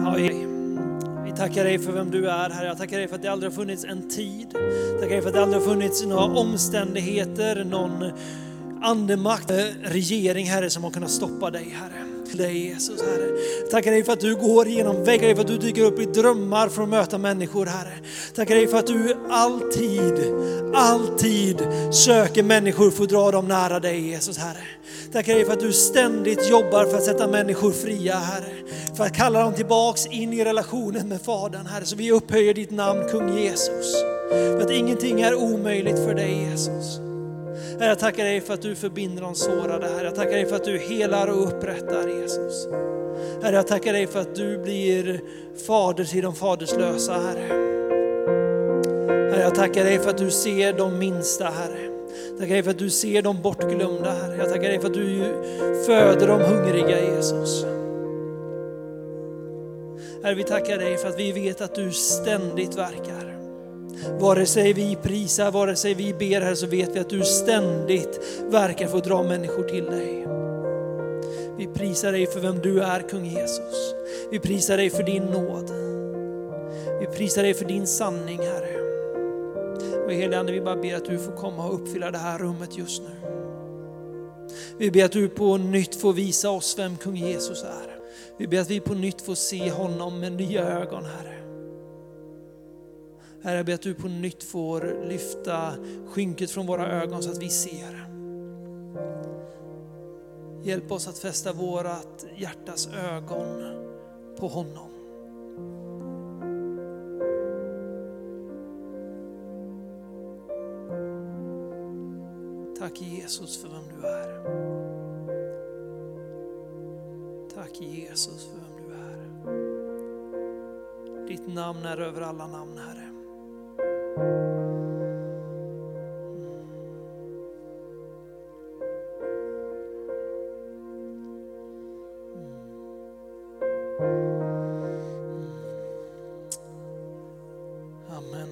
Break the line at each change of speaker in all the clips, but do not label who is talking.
Vi tackar dig för vem du är, Herre. Jag tackar dig för att det aldrig har funnits en tid. Jag tackar dig för att det aldrig har funnits några omständigheter, någon andemakt, regering, Herre, som har kunnat stoppa dig, Herre. Dig, Jesus, Herre. Tackar dig för att du går igenom väggar, dig för att du dyker upp i drömmar för att möta människor, Herre. Tackar dig för att du alltid söker människor för att dra dem nära dig, Jesus, Herre. Tackar dig för att du ständigt jobbar för att sätta människor fria, Herre. För att kalla dem tillbaks in i relationen med Fadern, Herre. Så vi upphöjer ditt namn, kung Jesus. För att ingenting är omöjligt för dig, Jesus. Herre, jag tackar dig för att du förbinder de sårade, Herre. Jag tackar dig för att du helar och upprättar, Jesus. Herre, jag tackar dig för att du blir fader till de faderslösa, Herre. Herre, jag tackar dig för att du ser de minsta, Herre. Jag tackar dig för att du ser de bortglömda, Herre. Jag tackar dig för att du föder de hungriga, Jesus. Herre, vi tackar dig för att vi vet att du ständigt verkar. Vare sig vi prisar, vare sig vi ber, Herre, så vet vi att du ständigt verkar för att dra människor till dig. Vi prisar dig för vem du är, kung Jesus. Vi prisar dig för din nåd. Vi prisar dig för din sanning, Herre. Och helige Ande, vi bara ber att du får komma och uppfylla det här rummet just nu. Vi ber att du på nytt får visa oss vem kung Jesus är. Vi ber att vi på nytt får se honom med nya ögon, Herre. Herre, jag ber att du på nytt får lyfta skynket från våra ögon så att vi ser. Hjälp oss att fästa vårat hjärtas ögon på honom. Tack Jesus för vem du är. Tack Jesus för vem du är. Ditt namn är över alla namn, Herre. Amen.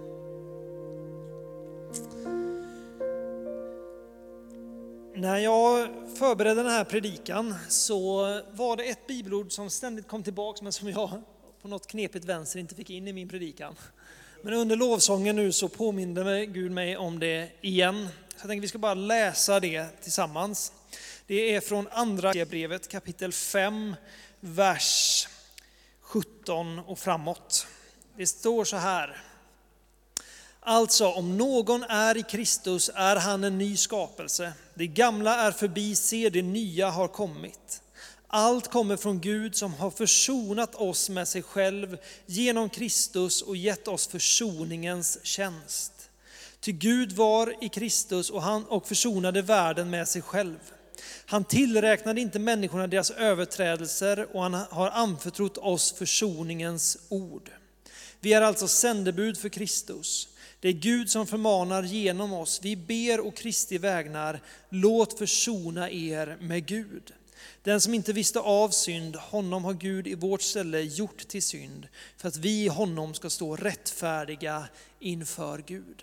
När jag förberedde den här predikan så var det ett bibelord som ständigt kom tillbaka, men som jag på något knepigt vänster inte fick in i min predikan. Men under lovsången nu så påminner Gud mig om det igen. Så jag tänker vi ska bara läsa det tillsammans. Det är från andra brevet kapitel 5, vers 17 och framåt. Det står så här. Alltså, om någon är i Kristus är han en ny skapelse. Det gamla är förbi, se det nya har kommit. Allt kommer från Gud som har försonat oss med sig själv genom Kristus och gett oss försoningens tjänst. Ty Gud var i Kristus och försonade världen med sig själv. Han tillräknade inte människorna deras överträdelser och han har anförtrott oss försoningens ord. Vi är alltså sändebud för Kristus. Det är Gud som förmanar genom oss. Vi ber och Kristi vägnar, låt försona er med Gud. Den som inte visste av synd, honom har Gud i vårt ställe gjort till synd, för att vi i honom ska stå rättfärdiga inför Gud.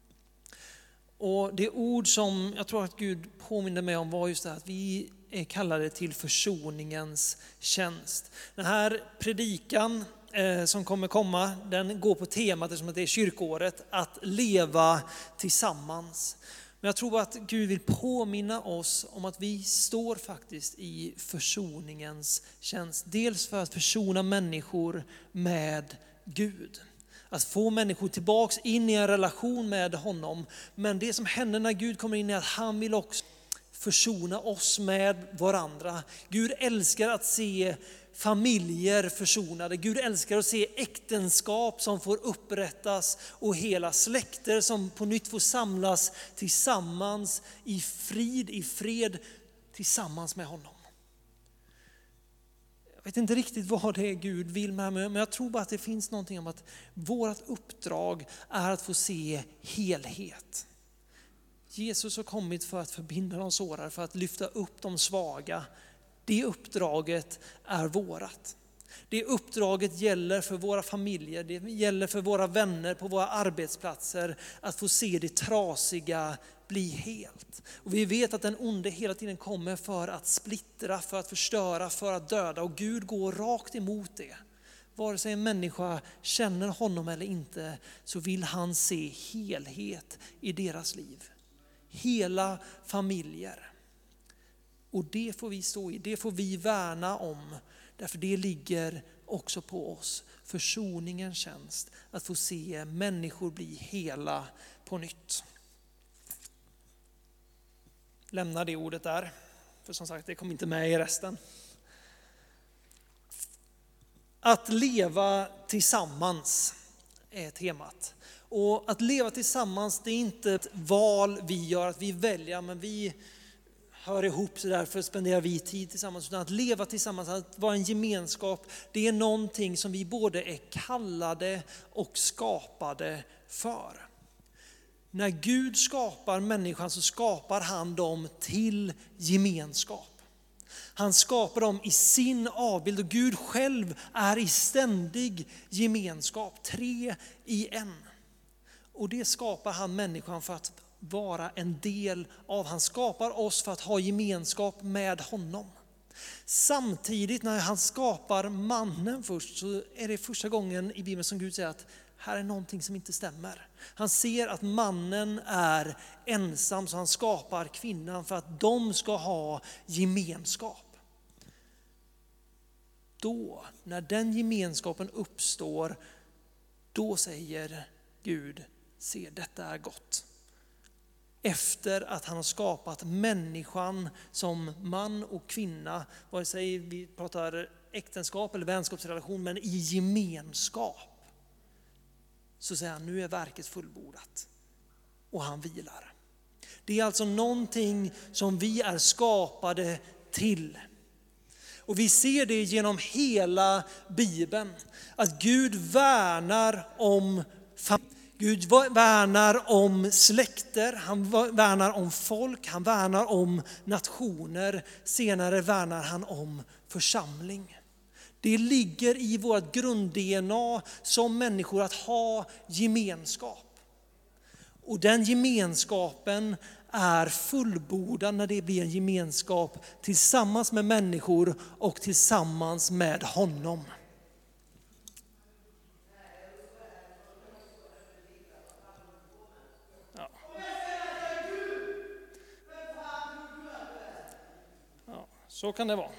Och det ord som jag tror att Gud påminner mig om var just det här, att vi är kallade till försoningens tjänst. Den här predikan som kommer komma, den går på temat som att det är kyrkåret, att leva tillsammans. Men jag tror att Gud vill påminna oss om att vi står faktiskt i försoningens tjänst. Dels för att försona människor med Gud. Att få människor tillbaks in i en relation med honom. Men det som händer när Gud kommer in är att han vill också försona oss med varandra. Gud älskar att se familjer försonade. Gud älskar att se äktenskap som får upprättas och hela släkter som på nytt får samlas tillsammans i fred tillsammans med honom. Jag vet inte riktigt vad det är Gud vill med mig, men jag tror bara att det finns någonting om att vårt uppdrag är att få se helhet. Jesus har kommit för att förbinda de sårade, för att lyfta upp de svaga. Det uppdraget är vårat. Det uppdraget gäller för våra familjer, det gäller för våra vänner på våra arbetsplatser, att få se det trasiga bli helt. Och vi vet att den onde hela tiden kommer för att splittra, för att förstöra, för att döda, och Gud går rakt emot det. Vare sig en människa känner honom eller inte, så vill han se helhet i deras liv. Hela familjer. Och det får vi stå i, det får vi värna om. Därför det ligger också på oss. Försoningens tjänst, att få se människor bli hela på nytt. Lämna det ordet där, för som sagt det kommer inte med i resten. Att leva tillsammans är temat. Och att leva tillsammans, det är inte ett val vi gör, att vi väljer, men vi hör ihop så därför spenderar vi tid tillsammans. Utan att leva tillsammans, att vara en gemenskap, det är någonting som vi både är kallade och skapade för. När Gud skapar människan så skapar han dem till gemenskap. Han skapar dem i sin avbild och Gud själv är i ständig gemenskap, 3 i 1. Och det skapar han människan för att vara en del av. Han skapar oss för att ha gemenskap med honom. Samtidigt när han skapar mannen först, så är det första gången i Bibeln som Gud säger att här är någonting som inte stämmer. Han ser att mannen är ensam, så han skapar kvinnan för att de ska ha gemenskap. Då, när den gemenskapen uppstår, då säger Gud, se detta är gott. Efter att han har skapat människan som man och kvinna, vare sig vi pratar äktenskap eller vänskapsrelation, men i gemenskap. Så säger han, nu är verket fullbordat. Och han vilar. Det är alltså någonting som vi är skapade till. Och vi ser det genom hela Bibeln. Att Gud värnar om familj. Gud värnar om släkter, han värnar om folk, han värnar om nationer. Senare värnar han om församling. Det ligger i vårt grund-DNA som människor att ha gemenskap. Och den gemenskapen är fullbordad när det blir en gemenskap tillsammans med människor och tillsammans med honom. Ja, så kan det vara.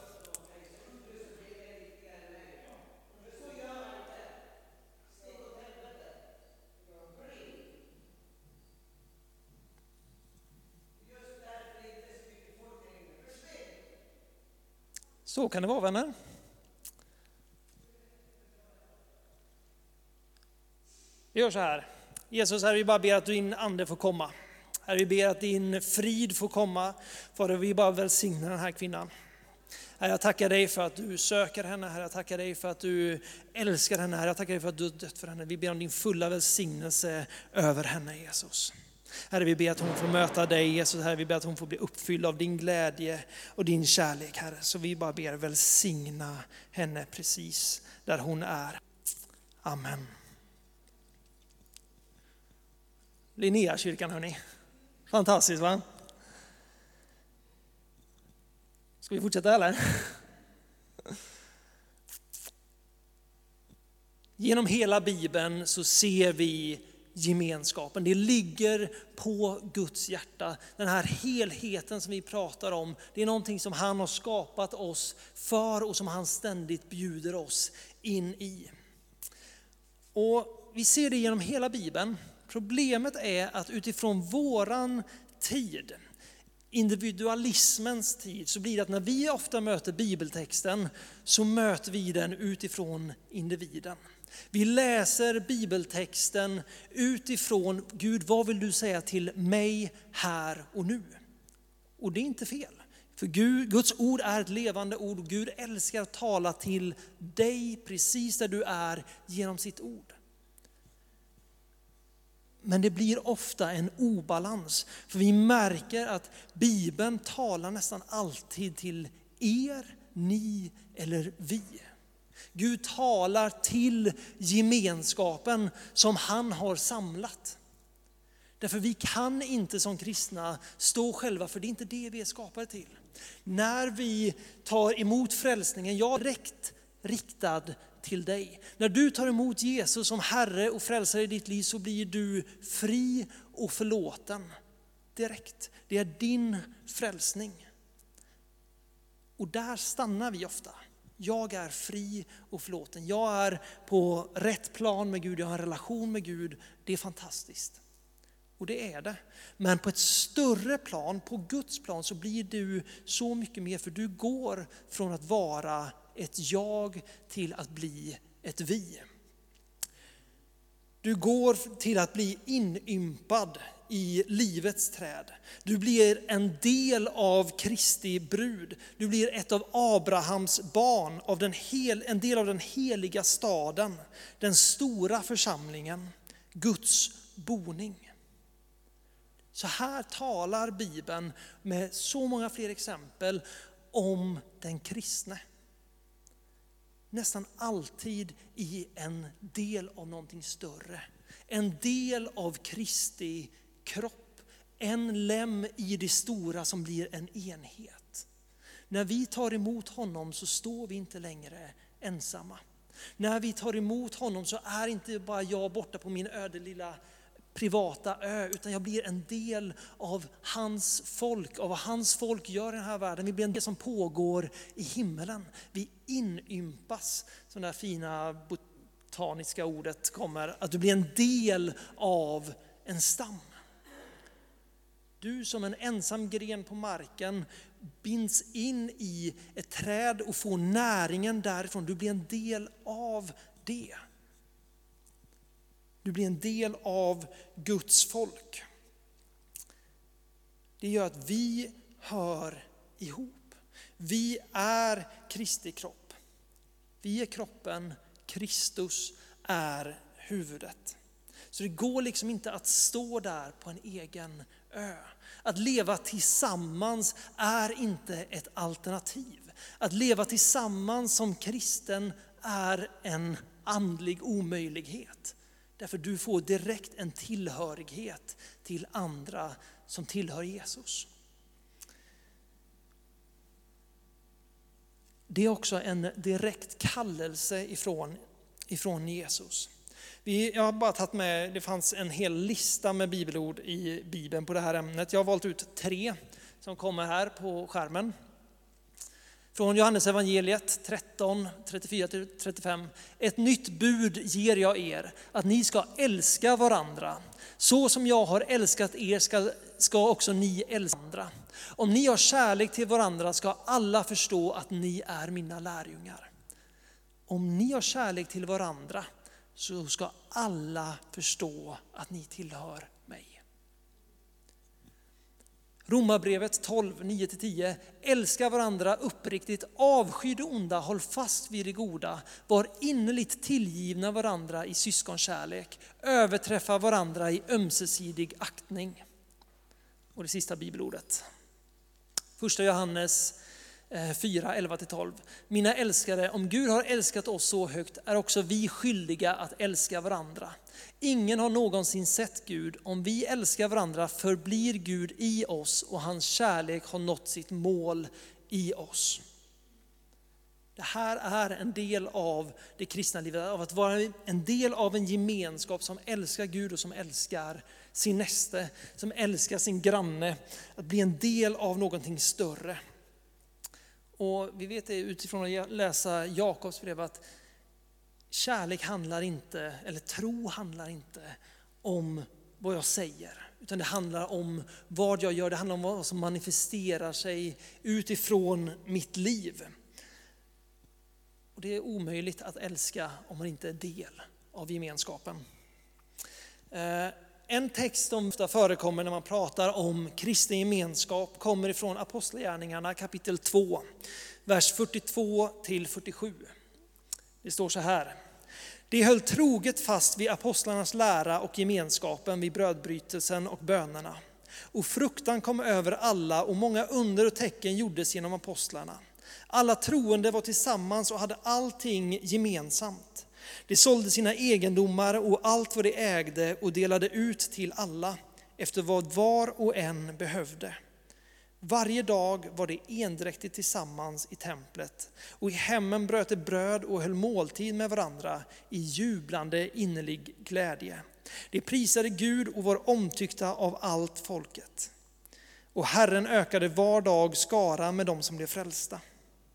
Så kan det vara, vänner. Vi gör så här. Jesus, Herre, vi bara ber att din ande får komma. Herre, vi ber att din frid får komma. Fader, vi bara välsignar den här kvinnan. Herre, jag tackar dig för att du söker henne. Herre, jag tackar dig för att du älskar henne. Herre, jag tackar dig för att du har dött för henne. Vi ber om din fulla välsignelse över henne, Jesus. Herre, vi ber att hon får möta dig, Jesus. Herre, vi ber att hon får bli uppfylld av din glädje och din kärlek, Herre. Så vi bara ber välsigna henne precis där hon är. Amen. Linnéakyrkan, hörni. Fantastiskt, va? Ska vi fortsätta eller? Genom hela Bibeln så ser vi gemenskapen. Det ligger på Guds hjärta. Den här helheten som vi pratar om, det är någonting som han har skapat oss för och som han ständigt bjuder oss in i. Och vi ser det genom hela Bibeln. Problemet är att utifrån våran tid, individualismens tid, så blir det att när vi ofta möter bibeltexten så möter vi den utifrån individen. Vi läser bibeltexten utifrån Gud, vad vill du säga till mig här och nu? Och det är inte fel. För Guds ord är ett levande ord och Gud älskar att tala till dig precis där du är genom sitt ord. Men det blir ofta en obalans. För vi märker att Bibeln talar nästan alltid till er, ni eller vi. Gud talar till gemenskapen som han har samlat. Därför vi kan inte som kristna stå själva, för det är inte det vi är skapade till. När vi tar emot frälsningen, ja, direkt riktad till dig. När du tar emot Jesus som Herre och frälsare i ditt liv så blir du fri och förlåten direkt. Det är din frälsning. Och där stannar vi ofta. Jag är fri och förlåten. Jag är på rätt plan med Gud. Jag har en relation med Gud. Det är fantastiskt. Och det är det. Men på ett större plan, på Guds plan, så blir du så mycket mer. För du går från att vara ett jag till att bli ett vi. Du går till att bli inympad i livets träd. Du blir en del av Kristi brud. Du blir ett av Abrahams barn, en del av den heliga staden, den stora församlingen, Guds boning. Så här talar Bibeln med så många fler exempel om den kristne. Nästan alltid i en del av någonting större. En del av Kristi kropp. En lem i det stora som blir en enhet. När vi tar emot honom så står vi inte längre ensamma. När vi tar emot honom så är inte bara jag borta på min öde lilla privata ö, utan jag blir en del av hans folk, av vad hans folk gör i den här världen. Vi blir en del som pågår i himmelen. Vi inympas, som det här fina botaniska ordet kommer, att du blir en del av en stam. Du som en ensam gren på marken binds in i ett träd och får näringen därifrån. Du blir en del av det. Du blir en del av Guds folk. Det gör att vi hör ihop. Vi är Kristi kropp. Vi är kroppen, Kristus är huvudet. Så det går liksom inte att stå där på en egen ö. Att leva tillsammans är inte ett alternativ. Att leva tillsammans som kristen är en andlig omöjlighet. Därför du får direkt en tillhörighet till andra som tillhör Jesus. Det är också en direkt kallelse ifrån Jesus. Jag har bara tagit med, det fanns en hel lista med bibelord i Bibeln på det här ämnet. Jag har valt ut 3 som kommer här på skärmen. Från Johannes evangeliet 13, 34-35. Ett nytt bud ger jag er, att ni ska älska varandra. Så som jag har älskat er ska också ni älska andra. Om ni har kärlek till varandra ska alla förstå att ni är mina lärjungar. Om ni har kärlek till varandra så ska alla förstå att ni tillhör mig. Romarbrevet 12, 9-10. Älska varandra uppriktigt, avsky det onda, håll fast vid det goda. Var innerligt tillgivna varandra i syskonkärlek. Överträffa varandra i ömsesidig aktning. Och det sista bibelordet. 1 Johannes 4, 11-12. Mina älskade, om Gud har älskat oss så högt är också vi skyldiga att älska varandra. Ingen har någonsin sett Gud. Om vi älskar varandra förblir Gud i oss och hans kärlek har nått sitt mål i oss. Det här är en del av det kristna livet, av att vara en del av en gemenskap som älskar Gud och som älskar sin näste, som älskar sin granne. Att bli en del av någonting större. Och vi vet det utifrån att läsa Jakobs brev att kärlek handlar inte, eller tro handlar inte om vad jag säger. Utan det handlar om vad jag gör, det handlar om vad som manifesterar sig utifrån mitt liv. Och det är omöjligt att älska om man inte är del av gemenskapen. En text som ofta förekommer när man pratar om kristen gemenskap kommer ifrån Apostlagärningarna kapitel 2, vers 42-47. Det står så här. De höll troget fast vid apostlarnas lära och gemenskapen vid brödbrytelsen och bönerna. Och fruktan kom över alla och många under och tecken gjordes genom apostlarna. Alla troende var tillsammans och hade allting gemensamt. De sålde sina egendomar och allt vad de ägde och delade ut till alla efter vad var och en behövde. Varje dag var det endräktigt tillsammans i templet, och i hemmen bröt de bröd och höll måltid med varandra i jublande innerlig glädje. De prisade Gud och var omtyckta av allt folket. Och Herren ökade var dag skara med dem som blev frälsta.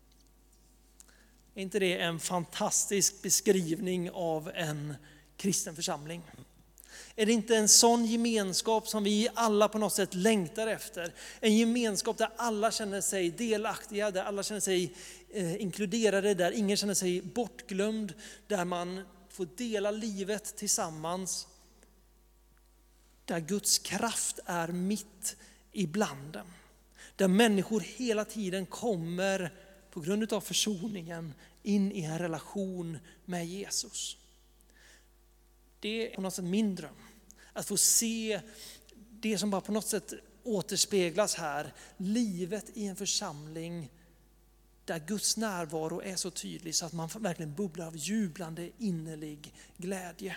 Är inte det en fantastisk beskrivning av en kristen församling? Är det inte en sån gemenskap som vi alla på något sätt längtar efter? En gemenskap där alla känner sig delaktiga, där alla känner sig inkluderade, där ingen känner sig bortglömd, där man får dela livet tillsammans. Där Guds kraft är mitt ibland dem. Där människor hela tiden kommer på grund av försoningen in i en relation med Jesus. Det är på något sätt min dröm. Att få se det som bara på något sätt återspeglas här. Livet i en församling där Guds närvaro är så tydlig så att man verkligen bubblar av jublande innerlig glädje.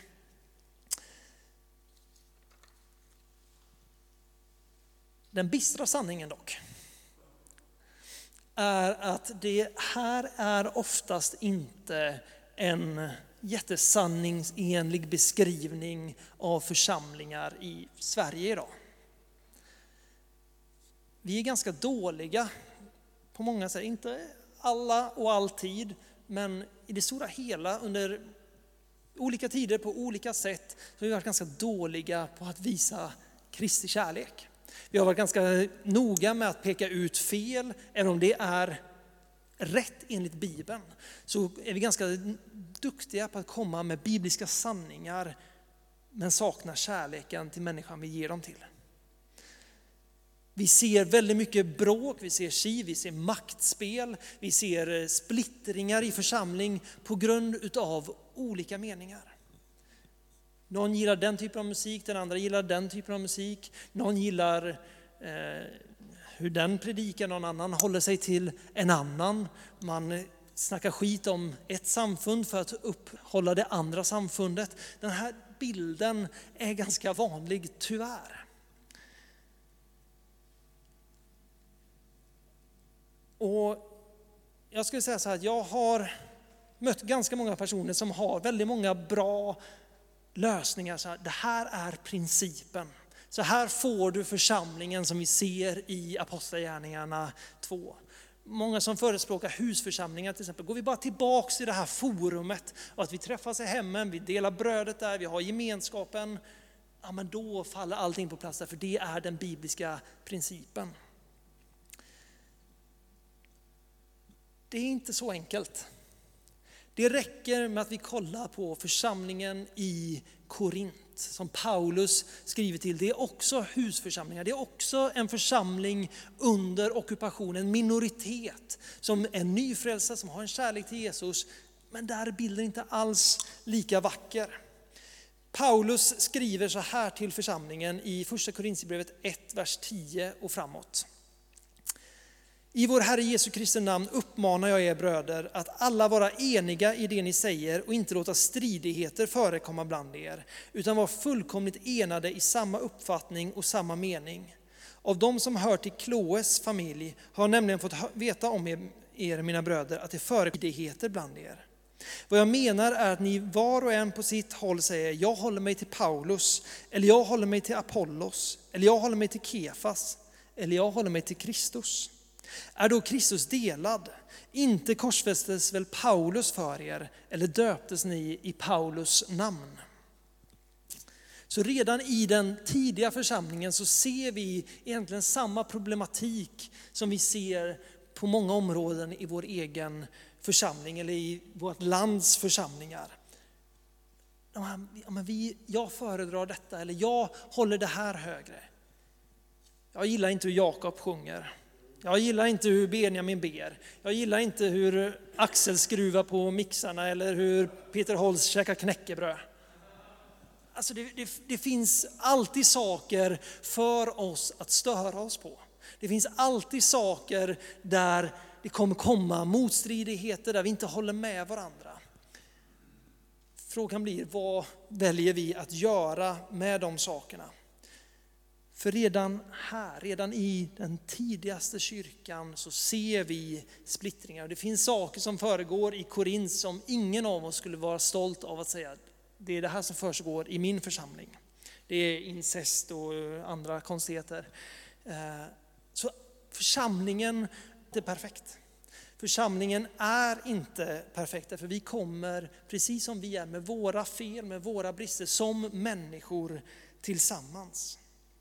Den bistra sanningen dock är att det här är oftast inte en jättesanningsenlig beskrivning av församlingar i Sverige idag. Vi är ganska dåliga på många sätt, inte alla och alltid, men i det stora hela under olika tider på olika sätt så har vi varit ganska dåliga på att visa Kristi kärlek. Vi har varit ganska noga med att peka ut fel, även om det är rätt enligt Bibeln, så är vi ganska duktiga på att komma med bibliska sanningar men saknar kärleken till människan vi ger dem till. Vi ser väldigt mycket bråk, vi ser maktspel, vi ser splittringar i församling på grund av olika meningar. Någon gillar den typen av musik, den andra gillar den typen av musik. Någon gillar hur den predikar, någon annan håller sig till en annan. Man snackar skit om ett samfund för att upphålla det andra samfundet. Den här bilden är ganska vanlig, tyvärr. Och jag skulle säga så här, att jag har mött ganska många personer som har väldigt många bra lösningar. Så här, det här är principen. Så här får du församlingen som vi ser i Apostlagärningarna 2. Många som förespråkar husförsamlingar till exempel. Går vi bara tillbaka till det här forumet och att vi träffas i hemmen, vi delar brödet där, vi har gemenskapen. Ja, men då faller allting på plats där, för det är den bibliska principen. Det är inte så enkelt. Det räcker med att vi kollar på församlingen i Korint som Paulus skriver till. Det är också husförsamlingar. Det är också en församling under ockupation, en minoritet som är nyfrälsta, som har en kärlek till Jesus. Men där är bilden inte alls lika vacker. Paulus skriver så här till församlingen i första Korinthierbrevet 1, vers 10 och framåt. I vår Herre Jesu Kristi namn uppmanar jag er bröder att alla vara eniga i det ni säger och inte låta stridigheter förekomma bland er, utan vara fullkomligt enade i samma uppfattning och samma mening. Av de som hör till Kloes familj har nämligen fått veta om er mina bröder att det förekommer stridigheter bland er. Vad jag menar är att ni var och en på sitt håll säger, jag håller mig till Paulus, eller jag håller mig till Apollos, eller jag håller mig till Kefas, eller jag håller mig till Kristus. Är då Kristus delad? Inte korsfästes väl Paulus för er, eller döptes ni i Paulus namn? Så redan i den tidiga församlingen så ser vi egentligen samma problematik som vi ser på många områden i vår egen församling eller i vårt lands församlingar. Jag föredrar detta, eller jag håller det här högre. Jag gillar inte hur Jakob sjunger. Jag gillar inte hur Benjamin ber. Jag gillar inte hur Axel skruvar på mixarna eller hur Peter Holst käkar knäckebröd. Alltså det finns alltid saker för oss att störa oss på. Det finns alltid saker där det kommer komma motstridigheter, där vi inte håller med varandra. Frågan blir, vad väljer vi att göra med de sakerna? För redan i den tidigaste kyrkan så ser vi splittringar. Det finns saker som föregår i Korint som ingen av oss skulle vara stolt av att säga. Det är det här som försiggår i min församling. Det är incest och andra konstigheter. Så församlingen är inte perfekt. Församlingen är inte perfekt, för vi kommer, precis som vi är, med våra fel, med våra brister, som människor tillsammans.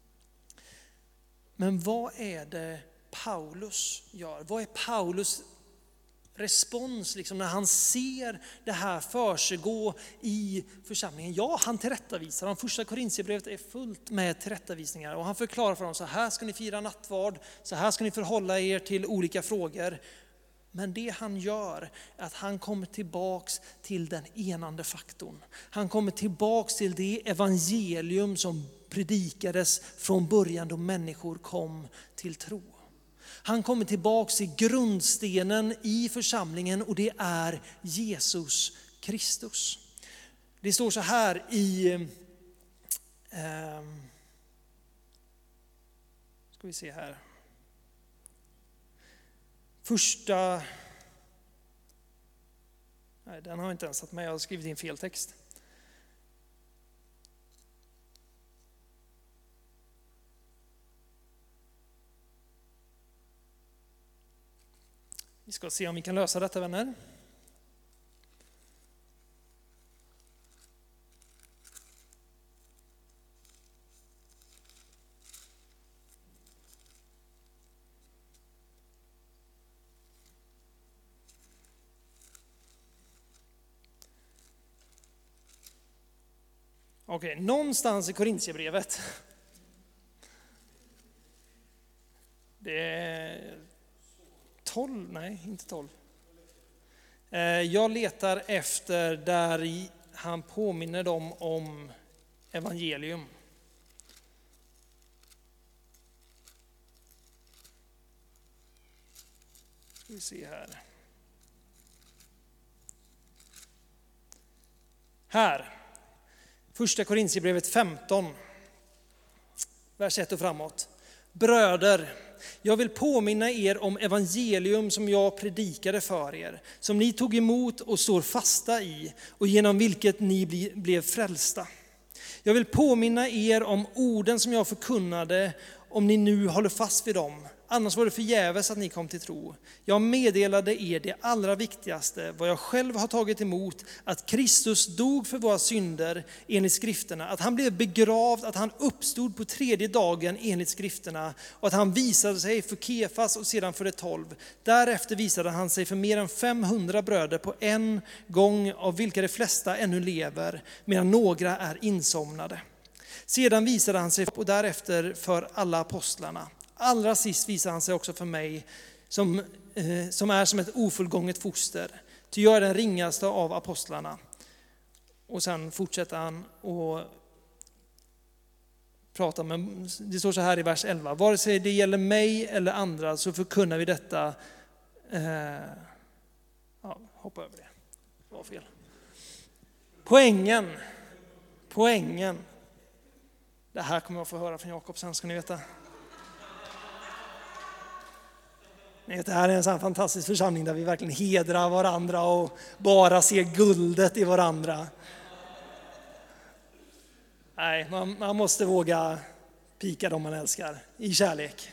Men vad är det Paulus gör? Vad är Paulus respons när han ser det här försiggå i församlingen? Ja, han tillrättavisar. De första Korintierbrevet är fullt med tillrättavisningar. Och han förklarar för dem, så här ska ni fira nattvard, så här ska ni förhålla er till olika frågor. Men det han gör är att han kommer tillbaks till den enande faktorn. Han kommer tillbaks till det evangelium som predikades från början då människor kom till tro. Han kommer tillbaks till grundstenen i församlingen, och det är Jesus Kristus. Det står så här i ska vi se här. Den har jag inte ens satt med, jag har skrivit in fel text. Vi ska se om vi kan lösa detta, vänner. Okej, någonstans i Korintierbrevet. Det är 12, nej inte 12. Jag letar efter där han påminner dem om evangelium. Ska vi se här. Här. Första Korintierbrevet 15, vers 1 och framåt. Bröder, jag vill påminna er om evangelium som jag predikade för er, som ni tog emot och står fasta i, och genom vilket ni blev frälsta. Jag vill påminna er om orden som jag förkunnade, om ni nu håller fast vid dem. Annars var det förgäves att ni kom till tro. Jag meddelade er det allra viktigaste, vad jag själv har tagit emot, att Kristus dog för våra synder enligt skrifterna, att han blev begravd, att han uppstod på 3:e dagen enligt skrifterna, och att han visade sig för Kefas och sedan för de 12. Därefter visade han sig för mer än 500 bröder på en gång, av vilka de flesta ännu lever, medan några är insomnade. Sedan visade han sig och därefter för alla apostlarna. Allra sist visar han sig också för mig, som är som ett ofullgånget foster. Ty jag är den ringaste av apostlarna. Och sen fortsätter han och prata med, det står så här i vers 11. Vare sig det gäller mig eller andra så förkunnar vi detta. Hoppa över det. Det var fel. Poängen. Det här kommer jag få höra från Jakob sen, ska ni veta. Det här är en sån fantastisk församling där vi verkligen hedrar varandra och bara ser guldet i varandra. Nej, man måste våga pika dem man älskar i kärlek.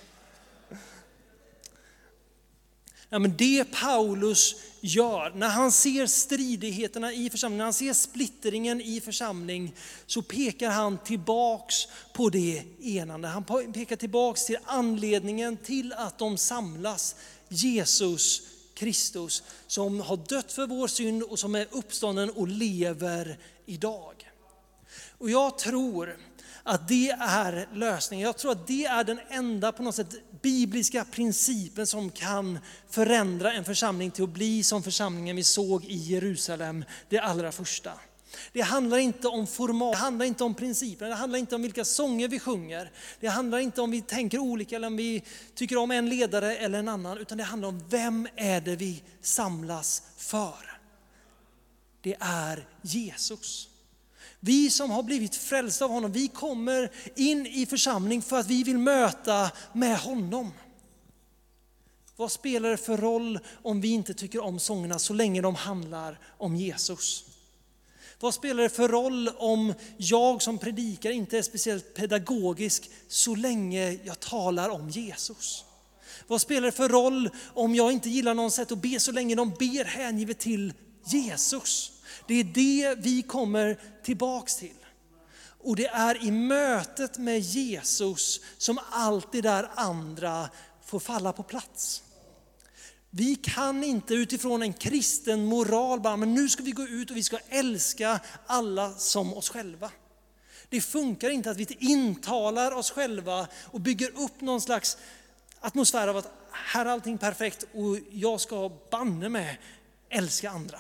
Ja, men det Paulus gör, när han ser stridigheterna i församlingen, när han ser splittringen i församling, så pekar han tillbaks på det enande. Han pekar tillbaks till anledningen till att de samlas. Jesus Kristus, som har dött för vår synd och som är uppstånden och lever idag. Och jag tror att det är lösningen. Jag tror att det är den enda på något sätt bibliska principen som kan förändra en församling till att bli som församlingen vi såg i Jerusalem, det allra första. Det handlar inte om format, det handlar inte om principer, det handlar inte om vilka sånger vi sjunger. Det handlar inte om vi tänker olika eller om vi tycker om en ledare eller en annan, utan det handlar om vem är det vi samlas för. Det är Jesus. Vi som har blivit frälsta av honom, vi kommer in i församling för att vi vill möta med honom. Vad spelar det för roll om vi inte tycker om sångerna så länge de handlar om Jesus? Vad spelar det för roll om jag som predikar inte är speciellt pedagogisk så länge jag talar om Jesus? Vad spelar det för roll om jag inte gillar någon sätt att be så länge de ber hängivet till Jesus? Det är det vi kommer tillbaks till. Och det är i mötet med Jesus som allt det där andra får falla på plats. Vi kan inte utifrån en kristen moral bara, men nu ska vi gå ut och vi ska älska alla som oss själva. Det funkar inte att vi intalar oss själva och bygger upp någon slags atmosfär av att här är allting perfekt och jag ska banne med älska andra.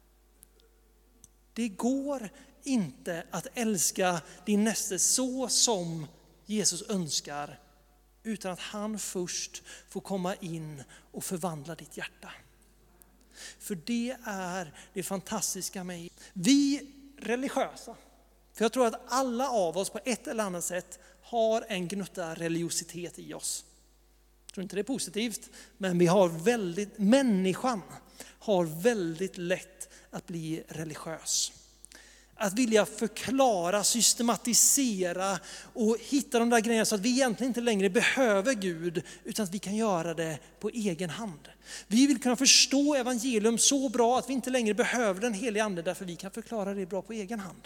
Det går inte att älska din näste så som Jesus önskar utan att han först får komma in och förvandla ditt hjärta. För det är det fantastiska med vi religiösa. För jag tror att alla av oss på ett eller annat sätt har en gnutta religiositet i oss. Jag tror inte det är positivt, men människan har väldigt lätt att bli religiös. Att vilja förklara, systematisera och hitta de där grejerna så att vi egentligen inte längre behöver Gud utan att vi kan göra det på egen hand. Vi vill kunna förstå evangelium så bra att vi inte längre behöver den helige ande därför vi kan förklara det bra på egen hand.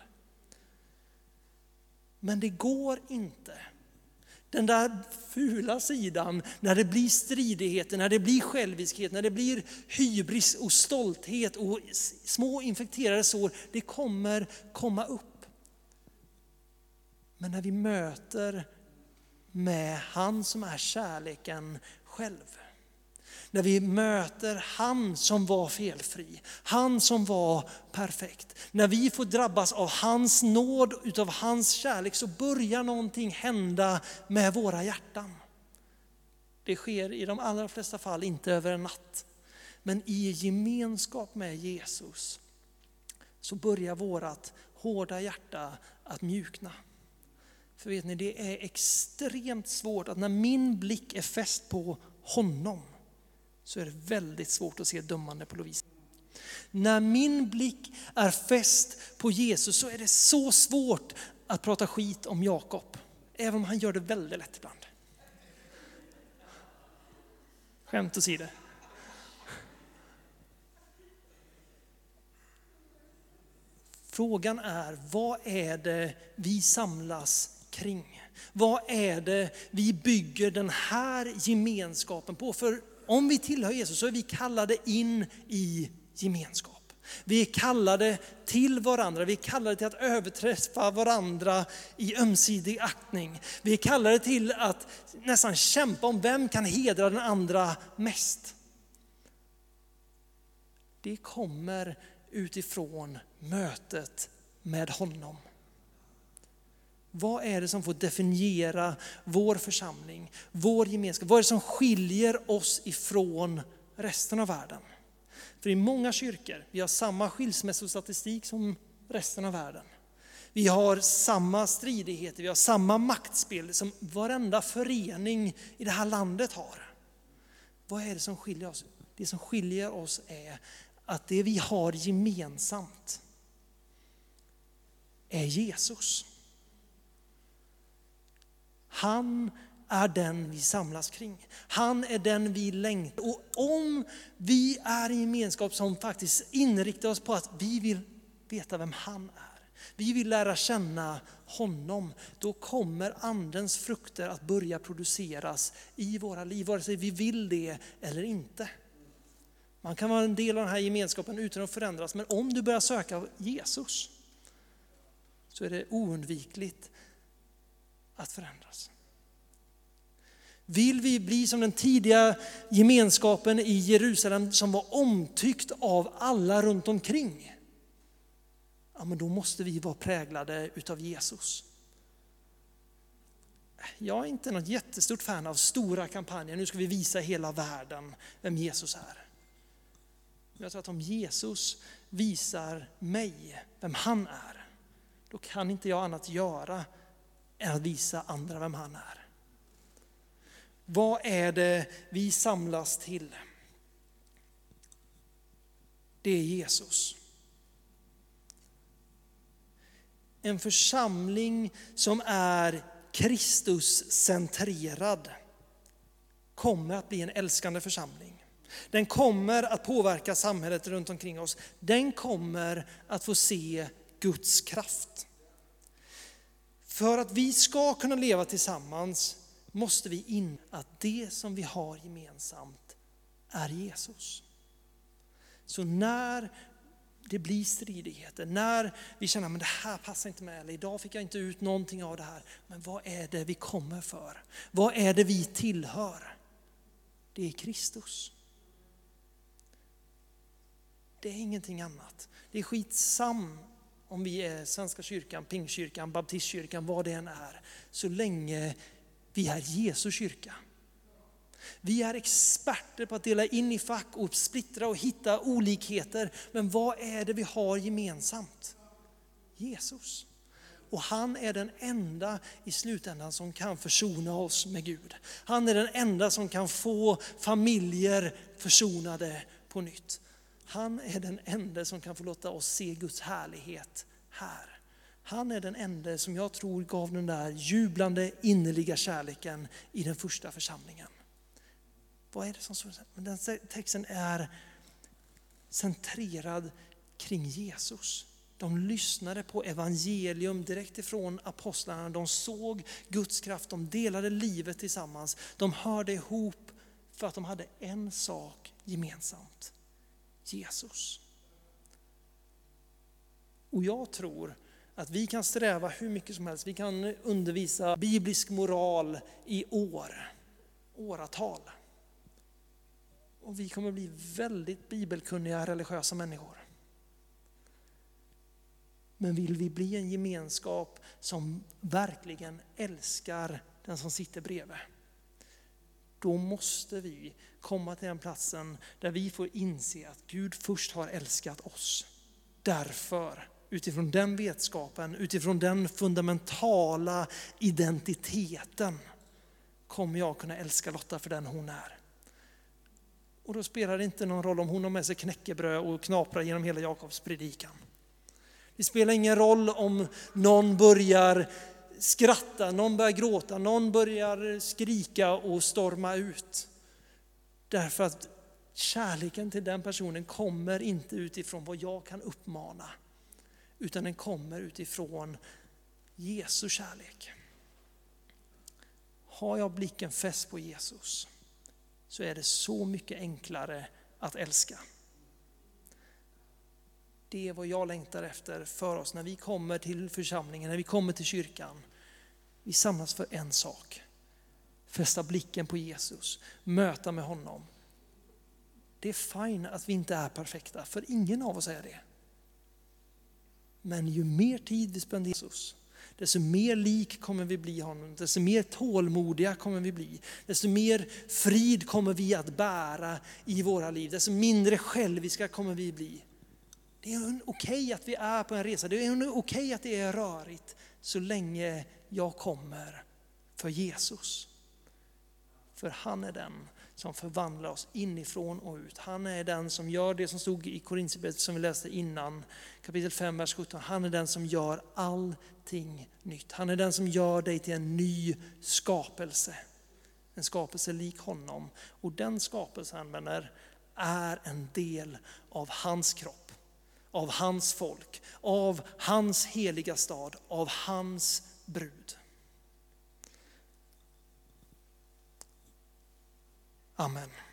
Men det går inte. Den där fula sidan, när det blir stridigheter, när det blir själviskhet, när det blir hybris och stolthet och små infekterade sår, det kommer komma upp. Men när vi möter med han som är kärleken själv, när vi möter han som var felfri, han som var perfekt. När vi får drabbas av hans nåd, utav hans kärlek, så börjar någonting hända med våra hjärtan. Det sker i de allra flesta fall inte över en natt. Men i gemenskap med Jesus så börjar vårat hårda hjärta att mjukna. För vet ni, det är extremt svårt att när min blick är fäst på honom så är det väldigt svårt att se dömande på Lovisa. När min blick är fäst på Jesus så är det så svårt att prata skit om Jakob. Även om han gör det väldigt lätt ibland. Skämt åsido. Frågan är, vad är det vi samlas kring? Vad är det vi bygger den här gemenskapen på? För om vi tillhör Jesus så är vi kallade in i gemenskap. Vi är kallade till varandra, vi är kallade till att överträffa varandra i ömsesidig aktning. Vi är kallade till att nästan kämpa om vem kan hedra den andra mest. Det kommer utifrån mötet med honom. Vad är det som får definiera vår församling, vår gemenskap? Vad är det som skiljer oss ifrån resten av världen? För i många kyrkor, vi har samma skilsmässostatistik som resten av världen. Vi har samma stridigheter, vi har samma maktspel som varenda förening i det här landet har. Vad är det som skiljer oss? Det som skiljer oss är att det vi har gemensamt är Jesus. Han är den vi samlas kring. Han är den vi längtar. Och om vi är i gemenskap som faktiskt inriktar oss på att vi vill veta vem han är. Vi vill lära känna honom. Då kommer andens frukter att börja produceras i våra liv. Vare sig vi vill det eller inte. Man kan vara en del av den här gemenskapen utan att förändras. Men om du börjar söka Jesus så är det oundvikligt att förändras. Vill vi bli som den tidiga gemenskapen i Jerusalem som var omtyckt av alla runt omkring? Ja, men då måste vi vara präglade utav Jesus. Jag är inte något jättestort fan av stora kampanjer. Nu ska vi visa hela världen vem Jesus är. Jag tror att om Jesus visar mig vem han är, då kan inte jag annat göra än att visa andra vem han är. Vad är det vi samlas till? Det är Jesus. En församling som är Kristus-centrerad kommer att bli en älskande församling. Den kommer att påverka samhället runt omkring oss. Den kommer att få se Guds kraft. För att vi ska kunna leva tillsammans måste vi in att det som vi har gemensamt är Jesus. Så när det blir stridigheter, när vi känner att det här passar inte med, eller idag fick jag inte ut någonting av det här. Men vad är det vi kommer för? Vad är det vi tillhör? Det är Kristus. Det är ingenting annat. Det är skitsam om vi är Svenska kyrkan, Pingstkyrkan, Baptistkyrkan, vad det än är. Så länge vi är Jesu kyrka. Vi är experter på att dela in i fack och splittra och hitta olikheter. Men vad är det vi har gemensamt? Jesus. Och han är den enda i slutändan som kan försona oss med Gud. Han är den enda som kan få familjer försonade på nytt. Han är den enda som kan få låta oss se Guds härlighet här. Han är den enda som jag tror gav den där jublande innerliga kärleken i den första församlingen. Vad är det som står? Den texten är centrerad kring Jesus. De lyssnade på evangelium direkt ifrån apostlarna. De såg Guds kraft, de delade livet tillsammans. De hörde ihop för att de hade en sak gemensamt. Jesus. Och jag tror att vi kan sträva hur mycket som helst. Vi kan undervisa biblisk moral i åratal. Och vi kommer bli väldigt bibelkunniga religiösa människor. Men vill vi bli en gemenskap som verkligen älskar den som sitter bredvid, då måste vi komma till den platsen där vi får inse att Gud först har älskat oss. Därför, utifrån den vetskapen, utifrån den fundamentala identiteten, kommer jag kunna älska Lotta för den hon är. Och då spelar det inte någon roll om hon har med sig knäckebröd och knaprar genom hela Jakobs predikan. Det spelar ingen roll om någon börjar skratta, någon börjar gråta, någon börjar skrika och storma ut. Därför att kärleken till den personen kommer inte utifrån vad jag kan uppmana, utan den kommer utifrån Jesu kärlek. Har jag blicken fäst på Jesus, så är det så mycket enklare att älska. Det är vad jag längtar efter för oss när vi kommer till församlingen, när vi kommer till kyrkan. Vi samlas för en sak. Fästa blicken på Jesus, möta med honom. Det är fint att vi inte är perfekta, för ingen av oss är det. Men ju mer tid vi spenderar Jesus, desto mer lik kommer vi bli honom, desto mer tålmodiga kommer vi bli, desto mer frid kommer vi att bära i våra liv, desto mindre själviska kommer vi bli. Det är okej att vi är på en resa, det är okej att det är rörigt, så länge jag kommer för Jesus. För han är den som förvandlar oss inifrån och ut. Han är den som gör det som stod i Korinthierbrevet som vi läste innan, kapitel 5, vers 17. Han är den som gör allting nytt. Han är den som gör dig till en ny skapelse. En skapelse lik honom. Och den skapelsen, vänner, är en del av hans kropp, av hans folk, av hans heliga stad, av hans brud. Amen.